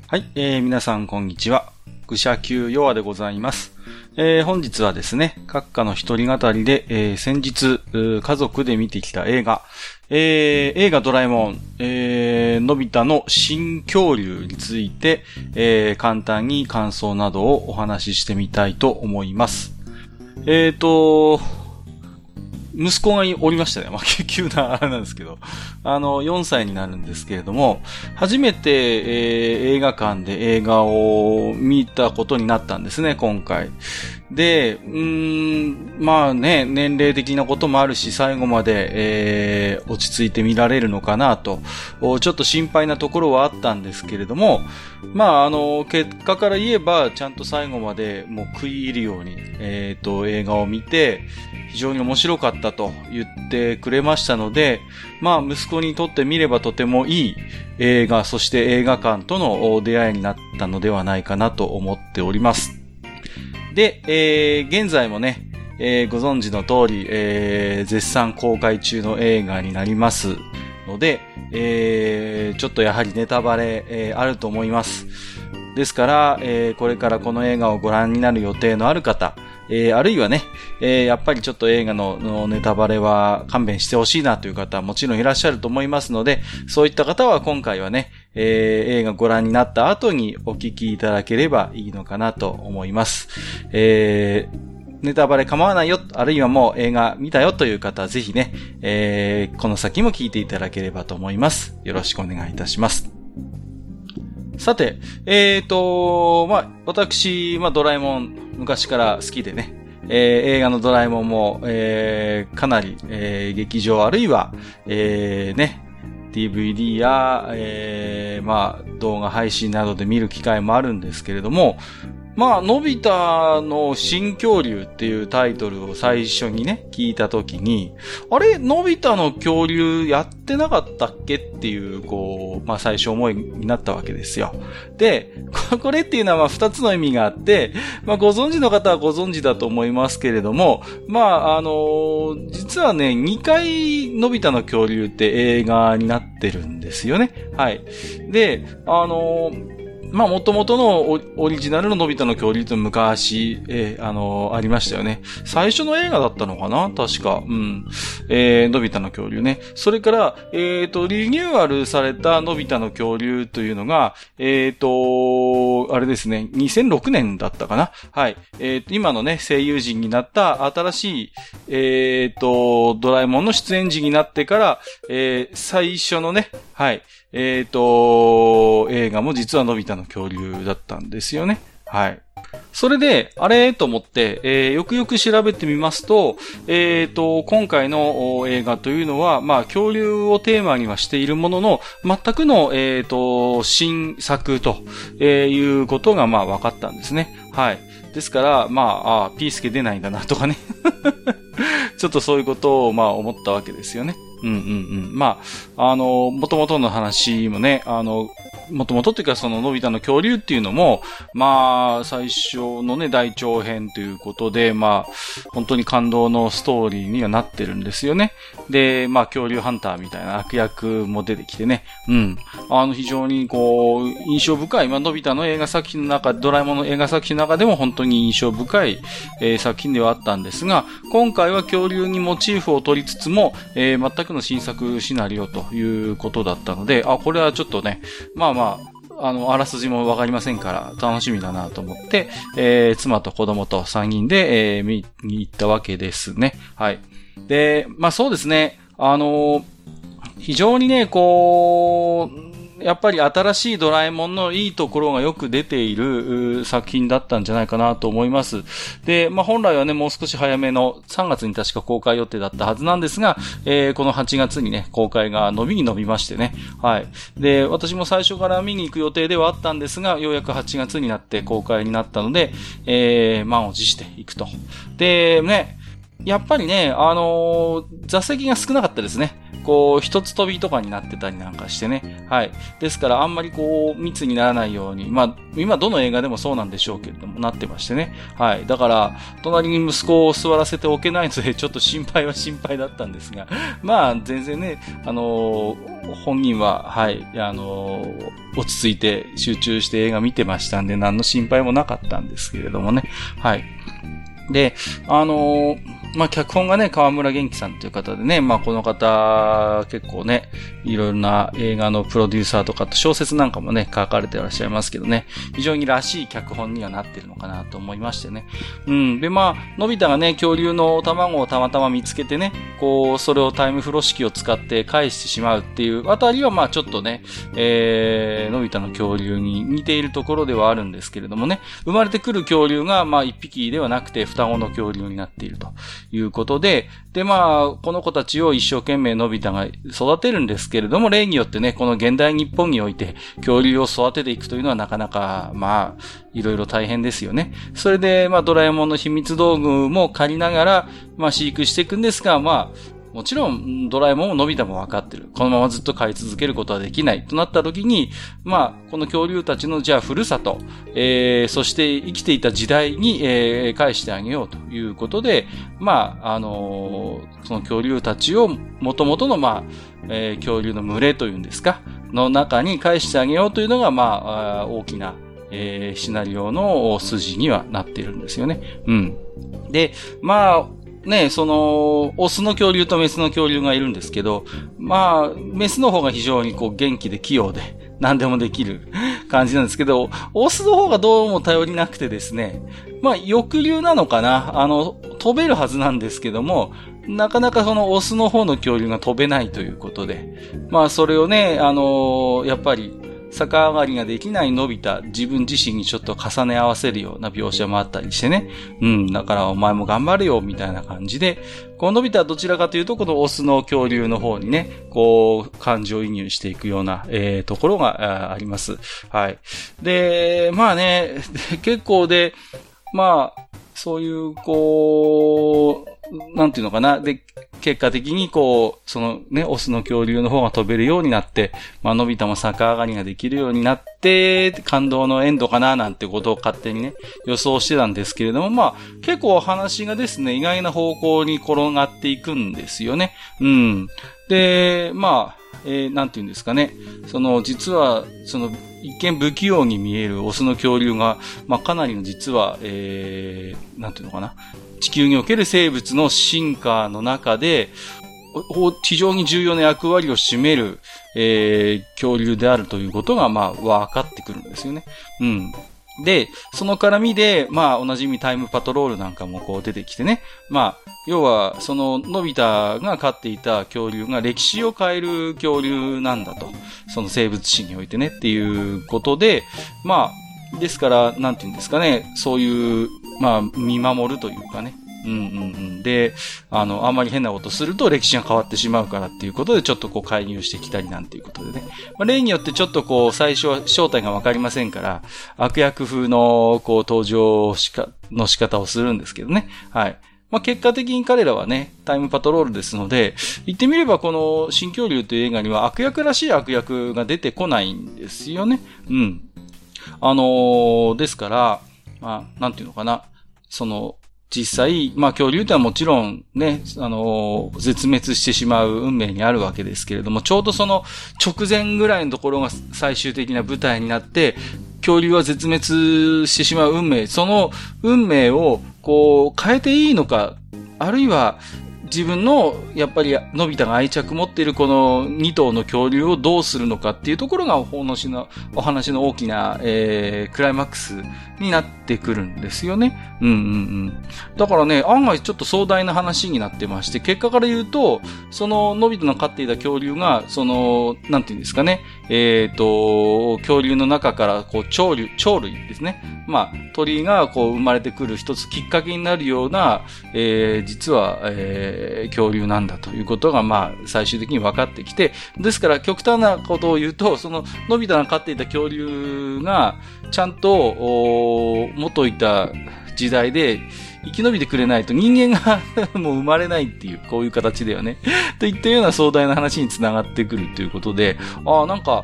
はい、皆さんこんにちは。愚者級ヨアでございます。本日はですね、閣下の一人語りで、先日家族で見てきた映画、映画ドラえもん、のび太の新恐竜について、簡単に感想などをお話ししてみたいと思います。息子がおりましたね。まあ、急なあれなんですけど。4歳になるんですけれども、初めて、映画館で映画を見たことになったんですね、今回。で、まあね、年齢的なこともあるし、最後まで、落ち着いて見られるのかなと、ちょっと心配なところはあったんですけれども、まあ、結果から言えば、ちゃんと最後までもう食い入るように、映画を見て、非常に面白かったと言ってくれましたので、まあ息子にとってみればとてもいい映画、そして映画館との出会いになったのではないかなと思っております。で、現在もね、ご存知の通り、絶賛公開中の映画になりますので、ちょっとやはりネタバレ、あると思います。ですから、これからこの映画をご覧になる予定のある方、あるいはね、やっぱりちょっと映画のネタバレは勘弁してほしいなという方はもちろんいらっしゃると思いますので、そういった方は今回はね、映画ご覧になった後にお聞きいただければいいのかなと思います。ネタバレ構わないよ、あるいはもう映画見たよという方はぜひね、この先も聞いていただければと思います。よろしくお願いいたします。さて、まあ、私、ドラえもん昔から好きでね、映画のドラえもんも、かなり、劇場あるいは、ね、DVD や、まあ、動画配信などで見る機会もあるんですけれども、まあ、のび太の新恐竜っていうタイトルを最初にね、聞いたときに、あれ、のび太の恐竜やってなかったっけっていう、まあ最初思いになったわけですよ。で、これっていうのはまあ二つの意味があって、まあご存知の方はご存知だと思いますけれども、まあ実はね、2回のび太の恐竜って映画になってるんですよね。はい。で、まあ、元々のオリジナルののび太の恐竜って昔、ありましたよね。最初の映画だったのかな確か。うん。のび太の恐竜ね。それから、リニューアルされたのび太の恐竜というのが、あれですね、2006年だったかなはい。今のね、声優陣になった新しい、ドラえもんの出演時になってから、最初のね、はい。映画も実はのび太の恐竜だったんですよね。はい。それで、あれと思って、よくよく調べてみますと、今回の映画というのは、まあ、恐竜をテーマにはしているものの、全くの、新作と、いうことが、まあ、分かったんですね。はい。ですから、まあ、ピースケ出ないんだなとかね。ちょっとそういうことを、まあ、思ったわけですよね。まあ、元々の話もね、元々っていうかそののび太の恐竜っていうのも、まあ、最初のね、大長編ということで、まあ、本当に感動のストーリーにはなってるんですよね。で、まあ、恐竜ハンターみたいな悪役も出てきてね、非常に印象深い、まあ、のび太の映画作品の中、ドラえもんの映画作品の中でも本当に印象深い、作品ではあったんですが、今回は恐竜にモチーフを取りつつも、全くの新作シナリオということだったので、これはちょっとね、まあ、あらすじもわかりませんから、楽しみだなと思って、妻と子供と3人で、見に行ったわけですね。はい。で、まあそうですね、非常にね、やっぱり新しいドラえもんのいいところがよく出ている作品だったんじゃないかなと思います。で、まあ、本来はね、もう少し早めの3月に確か公開予定だったはずなんですが、この8月にね、公開が伸びましてね。はい。で、私も最初から見に行く予定ではあったんですが、ようやく8月になって公開になったので、満を持していくと。で、ね、 やっぱりね、座席が少なかったですね。一つ飛びとかになってたりなんかしてね。はい。ですから、あんまり密にならないように、今どの映画でもそうなんでしょうけれども、なってましてね。はい。だから、隣に息子を座らせておけないので、ちょっと心配だったんですが、全然ね、本人は、はい、落ち着いて集中して映画見てましたんで、何の心配もなかったんですけれどもね。はい。で、脚本がね、川村元気さんという方でね、この方、結構ね、いろいろな映画のプロデューサーとかと小説なんかもね、書かれていらっしゃいますけどね、非常にらしい脚本にはなってるのかなと思いましてね。で、のび太がね、恐竜の卵をたまたま見つけてね、それをタイム風呂敷を使って返してしまうっていうあたりは、ちょっとね、のび太の恐竜に似ているところではあるんですけれどもね、生まれてくる恐竜が、一匹ではなくて双子の恐竜になっているということで、この子たちを一生懸命のび太が育てるんですけれども、例によってね、この現代日本において恐竜を育てていくというのはなかなか、いろいろ大変ですよね。それで、ドラえもんの秘密道具も借りながら、飼育していくんですが、もちろん、ドラえもんものび太も分かってる。このままずっと飼い続けることはできないとなった時に、この恐竜たちの、じゃあ、ふるさと、そして生きていた時代に、返してあげようということで、その恐竜たちを、元々の、恐竜の群れというんですか、の中に返してあげようというのが、大きな、シナリオの筋にはなっているんですよね。で、ね、オスの恐竜とメスの恐竜がいるんですけど、メスの方が非常に元気で器用で、何でもできる感じなんですけど、オスの方がどうも頼りなくてですね、翼竜なのかな、飛べるはずなんですけども、なかなかそのオスの方の恐竜が飛べないということで、それをね、やっぱり、逆上がりができないのび太、自分自身にちょっと重ね合わせるような描写もあったりしてね。だからお前も頑張れよ、みたいな感じで、こののび太はどちらかというと、このオスの恐竜の方にね、感情移入していくような、ところがあります。はい。で、結構で、そういう、なんていうのかな。で、結果的にそのね、オスの恐竜の方が飛べるようになって、のび太も逆上がりができるようになって、感動のエンドかななんてことを勝手にね、予想してたんですけれども、結構話がですね、意外な方向に転がっていくんですよね。で、なんていうんですかね。実は、一見不器用に見えるオスの恐竜が、かなりの実は、なんていうのかな。地球における生物の進化の中で、非常に重要な役割を占める、恐竜であるということが、分かってくるんですよね。で、その絡みで、おなじみタイムパトロールなんかも出てきてね。要は、のび太が飼っていた恐竜が歴史を変える恐竜なんだと。その生物史においてねっていうことで、ですから、なんていうんですかね、そういう、見守るというかね。で、あんまり変なことすると歴史が変わってしまうからっていうことでちょっと介入してきたりなんていうことでね。例によってちょっと最初は正体がわかりませんから、悪役風の登場の仕方をするんですけどね。はい。結果的に彼らはね、タイムパトロールですので、言ってみればこの新恐竜という映画には悪役らしい悪役が出てこないんですよね。ですから、なんていうのかな。実際、恐竜ってのはもちろんね、絶滅してしまう運命にあるわけですけれども、ちょうどその直前ぐらいのところが最終的な舞台になって、恐竜は絶滅してしまう運命、その運命を変えていいのか、あるいは自分のやっぱりのび太が愛着持っているこの2頭の恐竜をどうするのかっていうところがお話の大きな、クライマックスになってくるんですよね。だからね、案外ちょっと壮大な話になってまして、結果から言うと、そののび太の飼っていた恐竜が、なんていうんですかね、恐竜の中から鳥類ですね。鳥が生まれてくる一つきっかけになるような、実は、恐竜なんだということが最終的に分かってきて、ですから極端なことを言うと、そののび太が飼っていた恐竜がちゃんと元いた時代で生き延びてくれないと人間がもう生まれないっていう、こういう形だよね。といったような壮大な話につながってくるということで、なんか、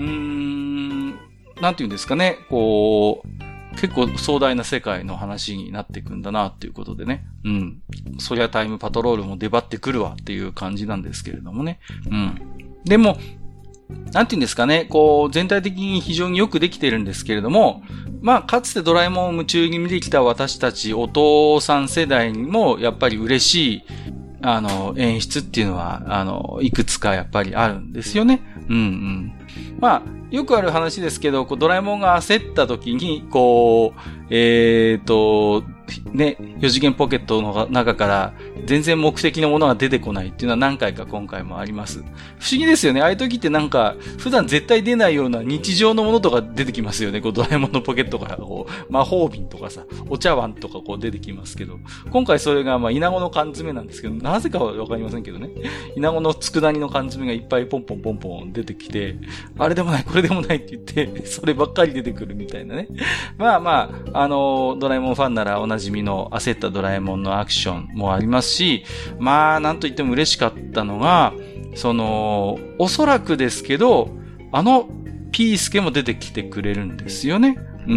なんていうんですかね、こう、結構壮大な世界の話になっていくんだなっていうことでね。うん。そりゃタイムパトロールも出張ってくるわっていう感じなんですけれどもね。うん。でも、なんていうんですかね、こう、全体的に非常によくできてるんですけれども、まあ、かつてドラえもんを夢中に見てきた私たちお父さん世代にも、やっぱり嬉しい、演出っていうのは、いくつかやっぱりあるんですよね。うんうん。まあ、よくある話ですけど、ドラえもんが焦った時に、こう、ね、4次元ポケットの中から全然目的のものが出てこないっていうのは何回か今回もあります。不思議ですよね。ああいう時ってなんか、普段絶対出ないような日常のものとか出てきますよね。こうドラえもんのポケットからこう、魔法瓶とかさ、お茶碗とかこう出てきますけど、今回それがまあ、イナゴの缶詰なんですけど、なぜかはわかりませんけどね。イナゴの佃煮の缶詰がいっぱいポンポンポンポン出てきて、あれでもない、これでもないって言って、そればっかり出てくるみたいなね。まあまあ、ドラえもんファンならおなじみの焦ったドラえもんのアクションもありますし、まあ、なんと言っても嬉しかったのが、おそらくですけど、ピースケも出てきてくれるんですよね。うん。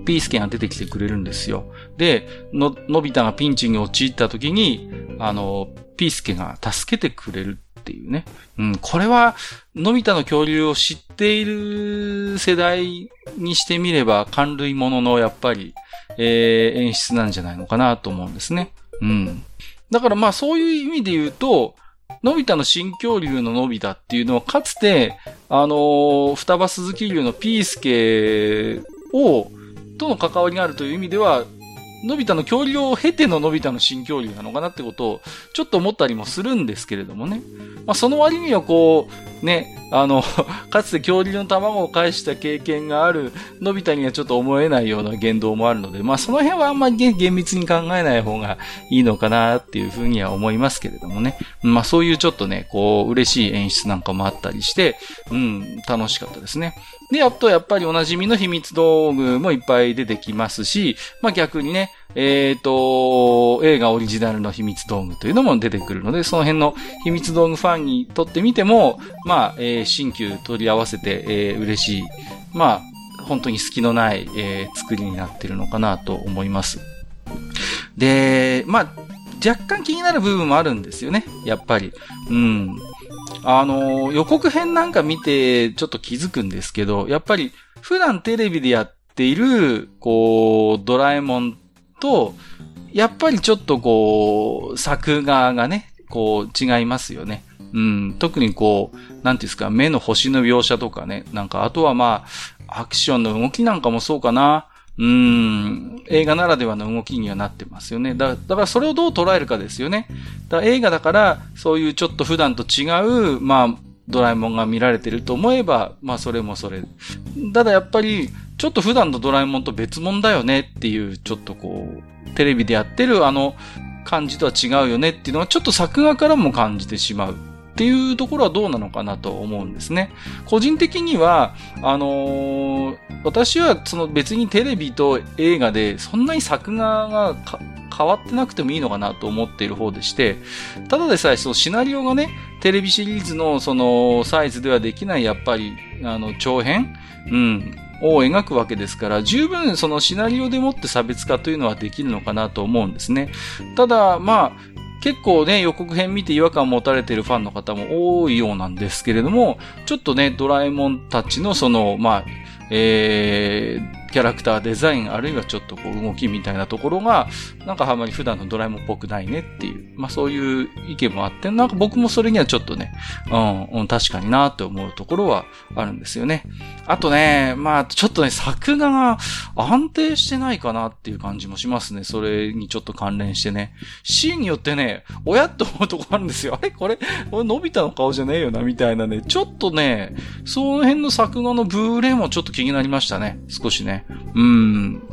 ピースケが出てきてくれるんですよ。で、のび太がピンチに陥った時に、ピースケが助けてくれるっていうね。うん、これは、のび太の恐竜を知っている世代にしてみれば、感類もののやっぱり、演出なんじゃないのかなと思うんですね。うん。だからまあそういう意味で言うと、のび太の新恐竜ののび太っていうのはかつて、双葉鈴木竜のピースケとの関わりがあるという意味では、のび太の恐竜を経てののび太の新恐竜なのかなってことをちょっと思ったりもするんですけれどもね。まあその割にはこう、ね、かつて恐竜の卵を返した経験があるのび太にはちょっと思えないような言動もあるので、まあその辺はあんまり厳密に考えない方がいいのかなっていうふうには思いますけれどもね。まあそういうちょっとね、こう嬉しい演出なんかもあったりして、楽しかったですね。で、あとやっぱりおなじみの秘密道具もいっぱい出てきますし、まあ逆にね、映画オリジナルの秘密道具というのも出てくるので、その辺の秘密道具ファンにとってみても、まあ、新旧取り合わせて、嬉しい、まあ、本当に隙のない、作りになっているのかなと思います。で、まあ、若干気になる部分もあるんですよね、やっぱり。うん。予告編なんか見てちょっと気づくんですけど、やっぱり普段テレビでやっている、こう、ドラえもんと、やっぱりちょっとこう、作画がね、こう、違いますよね。うん、特にこう、なんていうんですか、目の星の描写とかね、なんか、あとはまあ、アクションの動きなんかもそうかな。映画ならではの動きにはなってますよね。だからそれをどう捉えるかですよね。だから映画だから、そういうちょっと普段と違う、まあ、ドラえもんが見られてると思えば、まあそれもそれ。ただやっぱり、ちょっと普段のドラえもんと別物だよねっていう、ちょっとこう、テレビでやってる感じとは違うよねっていうのはちょっと作画からも感じてしまうっていうところはどうなのかなと思うんですね。個人的には、私はその別にテレビと映画でそんなに作画が変わってなくてもいいのかなと思っている方でして、ただでさえそのシナリオがね、テレビシリーズのそのサイズではできないやっぱり長編、を描くわけですから、十分そのシナリオでもって差別化というのはできるのかなと思うんですね。ただ、まあ、結構ね、予告編見て違和感を持たれているファンの方も多いようなんですけれども、ちょっとね、ドラえもんたちのその、まあ、キャラクターデザインあるいはちょっとこう動きみたいなところがなんかあまり普段のドラえもんっぽくないねっていう、まあそういう意見もあって、なんか僕もそれにはちょっとね、確かになって思うところはあるんですよね。あとね、まあちょっとね、作画が安定してないかなっていう感じもしますね。それにちょっと関連してね。シーンによってね、親って思うとこあるんですよ。あれこれのび太の顔じゃねえよなみたいなね。ちょっとね、その辺の作画のブレもちょっと気になりましたね。少しね。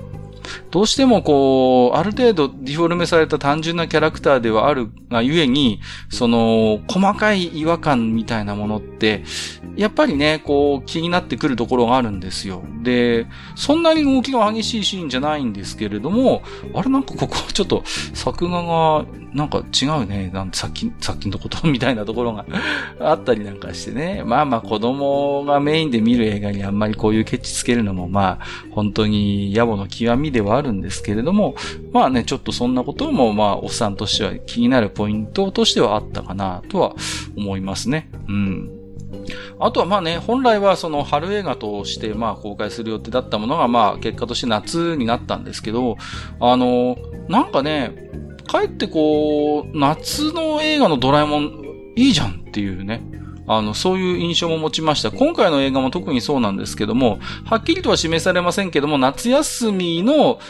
どうしてもこう、ある程度ディフォルメされた単純なキャラクターではあるがゆえに、細かい違和感みたいなものって、やっぱりね、こう、気になってくるところがあるんですよ。で、そんなに動きが激しいシーンじゃないんですけれども、あれなんかここちょっと作画がなんか違うね、なんてさっきのことみたいなところがあったりなんかしてね。まあ子供がメインで見る映画にあんまりこういうケチつけるのも本当に野暮の極みではあるんですけれども、ちょっとそんなこともおっさんとしては気になるポイントとしてはあったかなとは思いますね。うん。あとは本来はその春映画として公開する予定だったものが結果として夏になったんですけど、なんかね、かえってこう、夏の映画のドラえもんいいじゃんっていうね。そういう印象も持ちました。今回の映画も特にそうなんですけども、はっきりとは示されませんけども、夏休みの、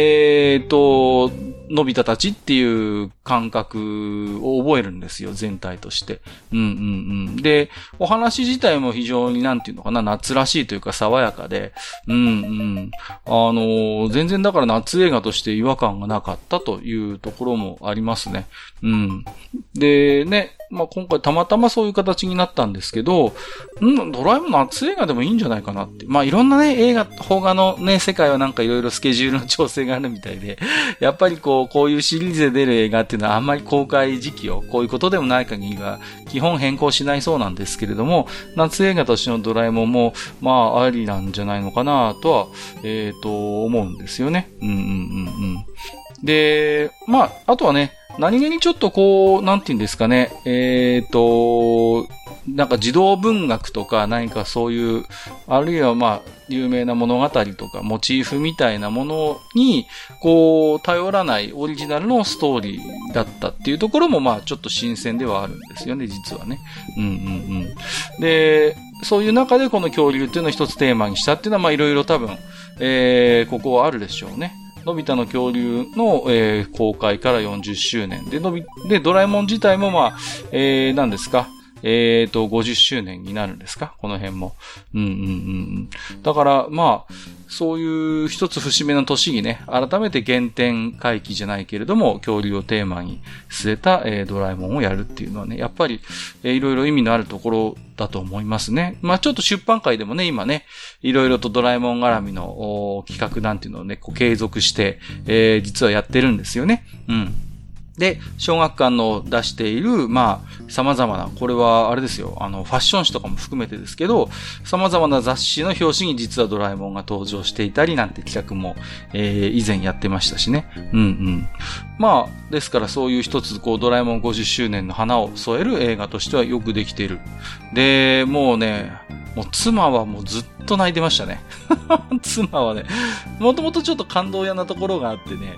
のび太たちっていう感覚を覚えるんですよ、全体として。で、お話自体も非常に夏らしいというか爽やかで、全然だから夏映画として違和感がなかったというところもありますね。で、ね、今回たまたまそういう形になったんですけど、ドラえもん夏映画でもいいんじゃないかなって。いろんなね、映画、邦画のね、世界はなんかいろいろスケジュールの調整があるみたいで、やっぱりこういうシリーズで出る映画っていうのはあんまり公開時期を、こういうことでもない限りは、基本変更しないそうなんですけれども、夏映画としてのドラえもんも、ありなんじゃないのかなとは、思うんですよね。で、あとはね、何気にちょっとこう、なんて言うんですかね、なんか児童文学とか何かそういう、あるいは有名な物語とかモチーフみたいなものに、こう、頼らないオリジナルのストーリーだったっていうところもちょっと新鮮ではあるんですよね、実はね。で、そういう中でこの恐竜っていうのを一つテーマにしたっていうのはいろいろ多分、ここはあるでしょうね。のび太の恐竜の、公開から40周年で、ドラえもん自体も何ですか50周年になるんですかこの辺も。だから、そういう一つ節目の年にね、改めて原点回帰じゃないけれども、恐竜をテーマに据えた、ドラえもんをやるっていうのはね、やっぱり、いろいろ意味のあるところだと思いますね。ちょっと出版界でもね、今ね、いろいろとドラえもん絡みの企画なんていうのをね、こう継続して、実はやってるんですよね。で、小学館の出している、様々な、これはあれですよ、ファッション誌とかも含めてですけど、様々な雑誌の表紙に実はドラえもんが登場していたりなんて企画も、以前やってましたしね。ですからそういう一つ、こう、ドラえもん50周年の花を添える映画としてはよくできている。で、もう妻はもうずっと泣いてましたね。妻はね、もともとちょっと感動屋なところがあってね、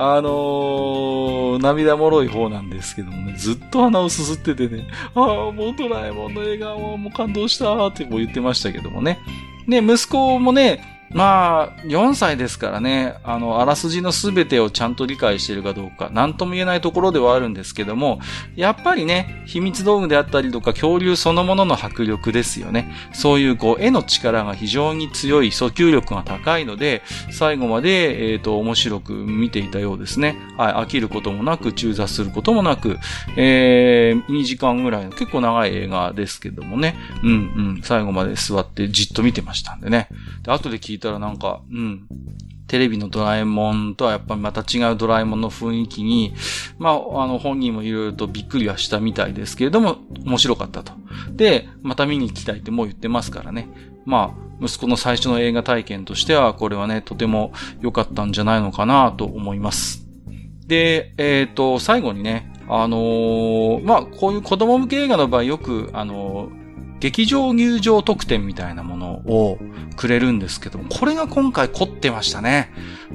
涙もろい方なんですけどもね、ずっと鼻をすすっててね、もうドラえもんの映画はもう感動したーっても言ってましたけどもね。ね、息子もね、4歳ですからね、あらすじのすべてをちゃんと理解しているかどうか、なんとも言えないところではあるんですけども、やっぱりね、秘密道具であったりとか、恐竜そのものの迫力ですよね。そういうこう、絵の力が非常に強い、訴求力が高いので、最後まで、面白く見ていたようですね。飽きることもなく、中挫することもなく、2時間ぐらいの結構長い映画ですけどもね、最後まで座ってじっと見てましたんでね。で、後で聞いたらなんか、テレビのドラえもんとはやっぱりまた違うドラえもんの雰囲気に、本人もいろいろとびっくりはしたみたいですけれども、面白かったと。で、また見に行きたいってもう言ってますからね。息子の最初の映画体験としては、これはね、とても良かったんじゃないのかなと思います。で、最後にね、こういう子供向け映画の場合よく、劇場入場特典みたいなものをくれるんですけども、これが今回凝ってましたね。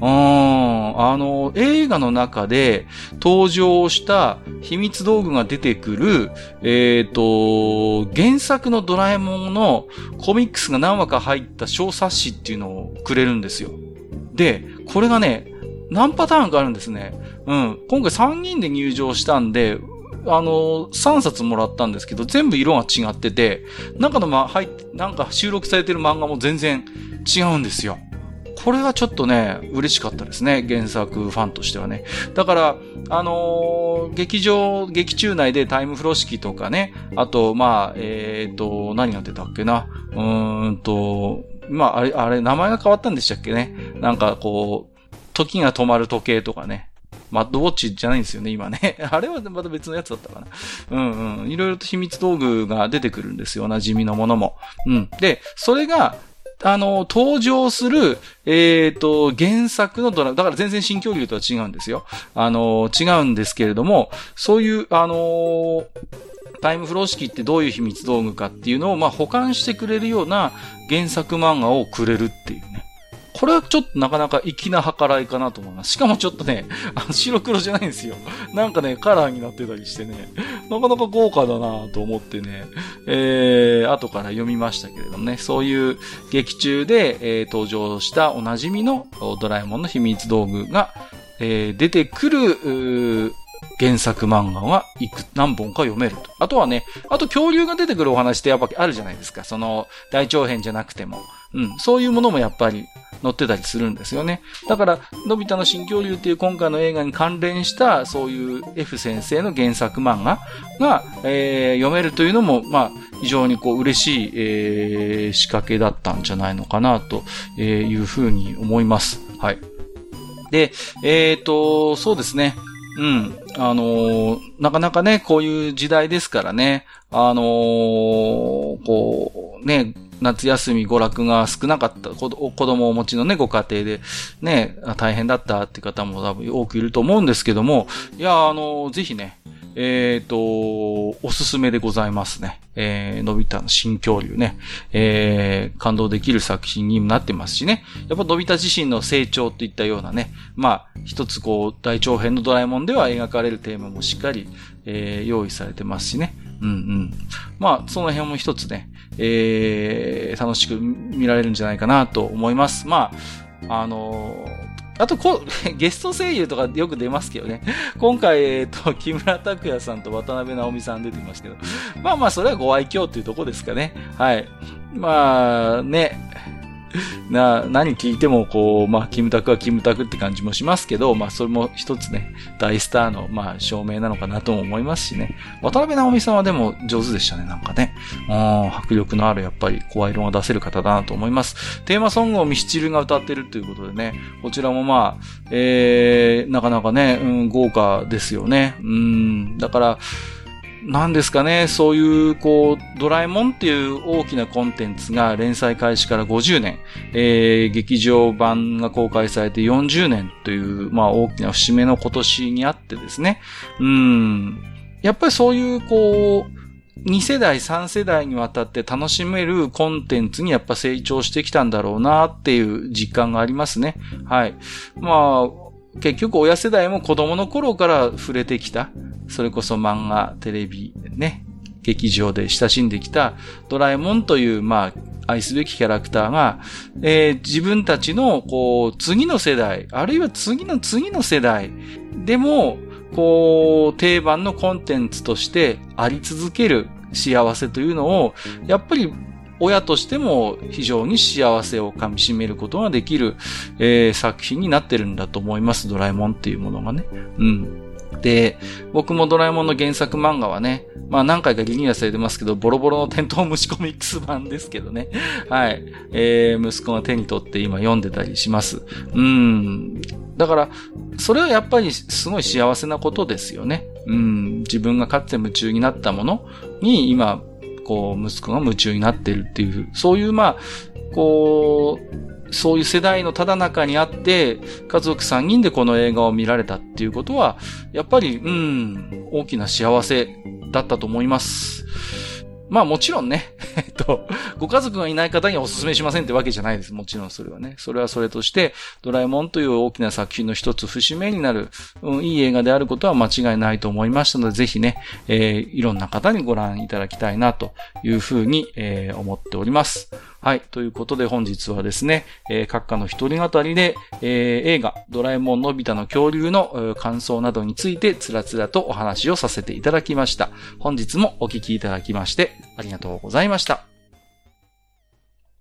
映画の中で登場した秘密道具が出てくる、原作のドラえもんのコミックスが何話か入った小冊子っていうのをくれるんですよ。で、これがね、何パターンかあるんですね。今回3人で入場したんで、3冊もらったんですけど、全部色が違ってて、なんか収録されてる漫画も全然違うんですよ。 これはちょっとね、嬉しかったですね。原作ファンとしてはね。だから、劇中内でタイムフロー式とかね、あと、まあ、何が出たっけな。あれ、名前が変わったんでしたっけね。なんかこう、時が止まる時計とかね。マッドウォッチじゃないんですよね、今ね。あれはまた別のやつだったかな。いろいろと秘密道具が出てくるんですよ。おなじみのものも。で、それが、登場する、原作のドラマ、だから全然新恐竜とは違うんですよ。違うんですけれども、そういう、タイムフロー式ってどういう秘密道具かっていうのを、まあ、保管してくれるような原作漫画をくれるっていうね。これはちょっとなかなか粋な計らいかなと思います。しかもちょっとね、白黒じゃないんですよ。なんかね、カラーになってたりしてね、なかなか豪華だなと思ってね、後から読みましたけれどもね、そういう劇中で、登場したおなじみのドラえもんの秘密道具が、出てくる、原作漫画は何本か読めると。あとはね、恐竜が出てくるお話ってやっぱあるじゃないですか。その、大長編じゃなくても。そういうものもやっぱり載ってたりするんですよね。だから、のび太の新恐竜っていう今回の映画に関連した、そういう F 先生の原作漫画が、読めるというのも、まあ、非常にこう嬉しい、仕掛けだったんじゃないのかな、というふうに思います。はい。で、そうですね。なかなかね、こういう時代ですからね、こう、ね、夏休み娯楽が少なかった子供をお持ちのね、ご家庭でね、大変だったって方も多分多くいると思うんですけども、いや、ぜひね、おすすめでございますね。のび太の新恐竜ね。感動できる作品にもなってますしね。やっぱのび太自身の成長といったようなね。まあ、一つこう、大長編のドラえもんでは描かれるテーマもしっかり、用意されてますしね。まあ、その辺も一つね、楽しく見られるんじゃないかなと思います。まあ、あとゲスト声優とかよく出ますけどね。今回、木村拓哉さんと渡辺直美さん出てますけど。まあまあ、それはご愛嬌っていうとこですかね。はい。まあ、ね。何聞いてもこう、まあ、キムタクはキムタクって感じもしますけど、まあ、それも一つね、大スターの、まあ、証明なのかなとも思いますしね。渡辺直美さんはでも上手でしたね、なんかね。迫力のある、やっぱり、声色が出せる方だなと思います。テーマソングをミスチルが歌ってるということでね、こちらもまあ、なかなかね、豪華ですよね。だから、なんですかね、そういう、こう、ドラえもんっていう大きなコンテンツが連載開始から50年、劇場版が公開されて40年という、まあ大きな節目の今年にあってですね、やっぱりそういう、こう、2世代、3世代にわたって楽しめるコンテンツにやっぱ成長してきたんだろうなっていう実感がありますね。はい。まあ、結局親世代も子供の頃から触れてきた。それこそ漫画、テレビ、ね、劇場で親しんできたドラえもんという、まあ、愛すべきキャラクターが、自分たちの、こう、次の世代、あるいは次の世代でも、こう、定番のコンテンツとしてあり続ける幸せというのを、やっぱり、親としても非常に幸せをかみしめることができる、作品になってるんだと思います。ドラえもんっていうものがね。で、僕もドラえもんの原作漫画はね、まあ何回かリニューアルされてますけど、ボロボロのテントウムシコミックス版ですけどね。はい。息子が手に取って今読んでたりします。だから、それはやっぱりすごい幸せなことですよね。自分がかつて夢中になったものに今、こう、息子が夢中になっているっていう、そういう、まあ、こう、そういう世代のただ中にあって、家族3人でこの映画を見られたっていうことは、やっぱり、大きな幸せだったと思います。まあもちろんね、ご家族がいない方にはお勧めしませんってわけじゃないです。もちろんそれはね。それはそれとして、ドラえもんという大きな作品の一つ節目になる、いい映画であることは間違いないと思いましたので、ぜひね、いろんな方にご覧いただきたいなというふうに、思っております。はい。ということで本日はですね、閣下の一人語りで、映画、ドラえもんのび太の恐竜の感想などについてつらつらとお話をさせていただきました。本日もお聞きいただきましてありがとうございました。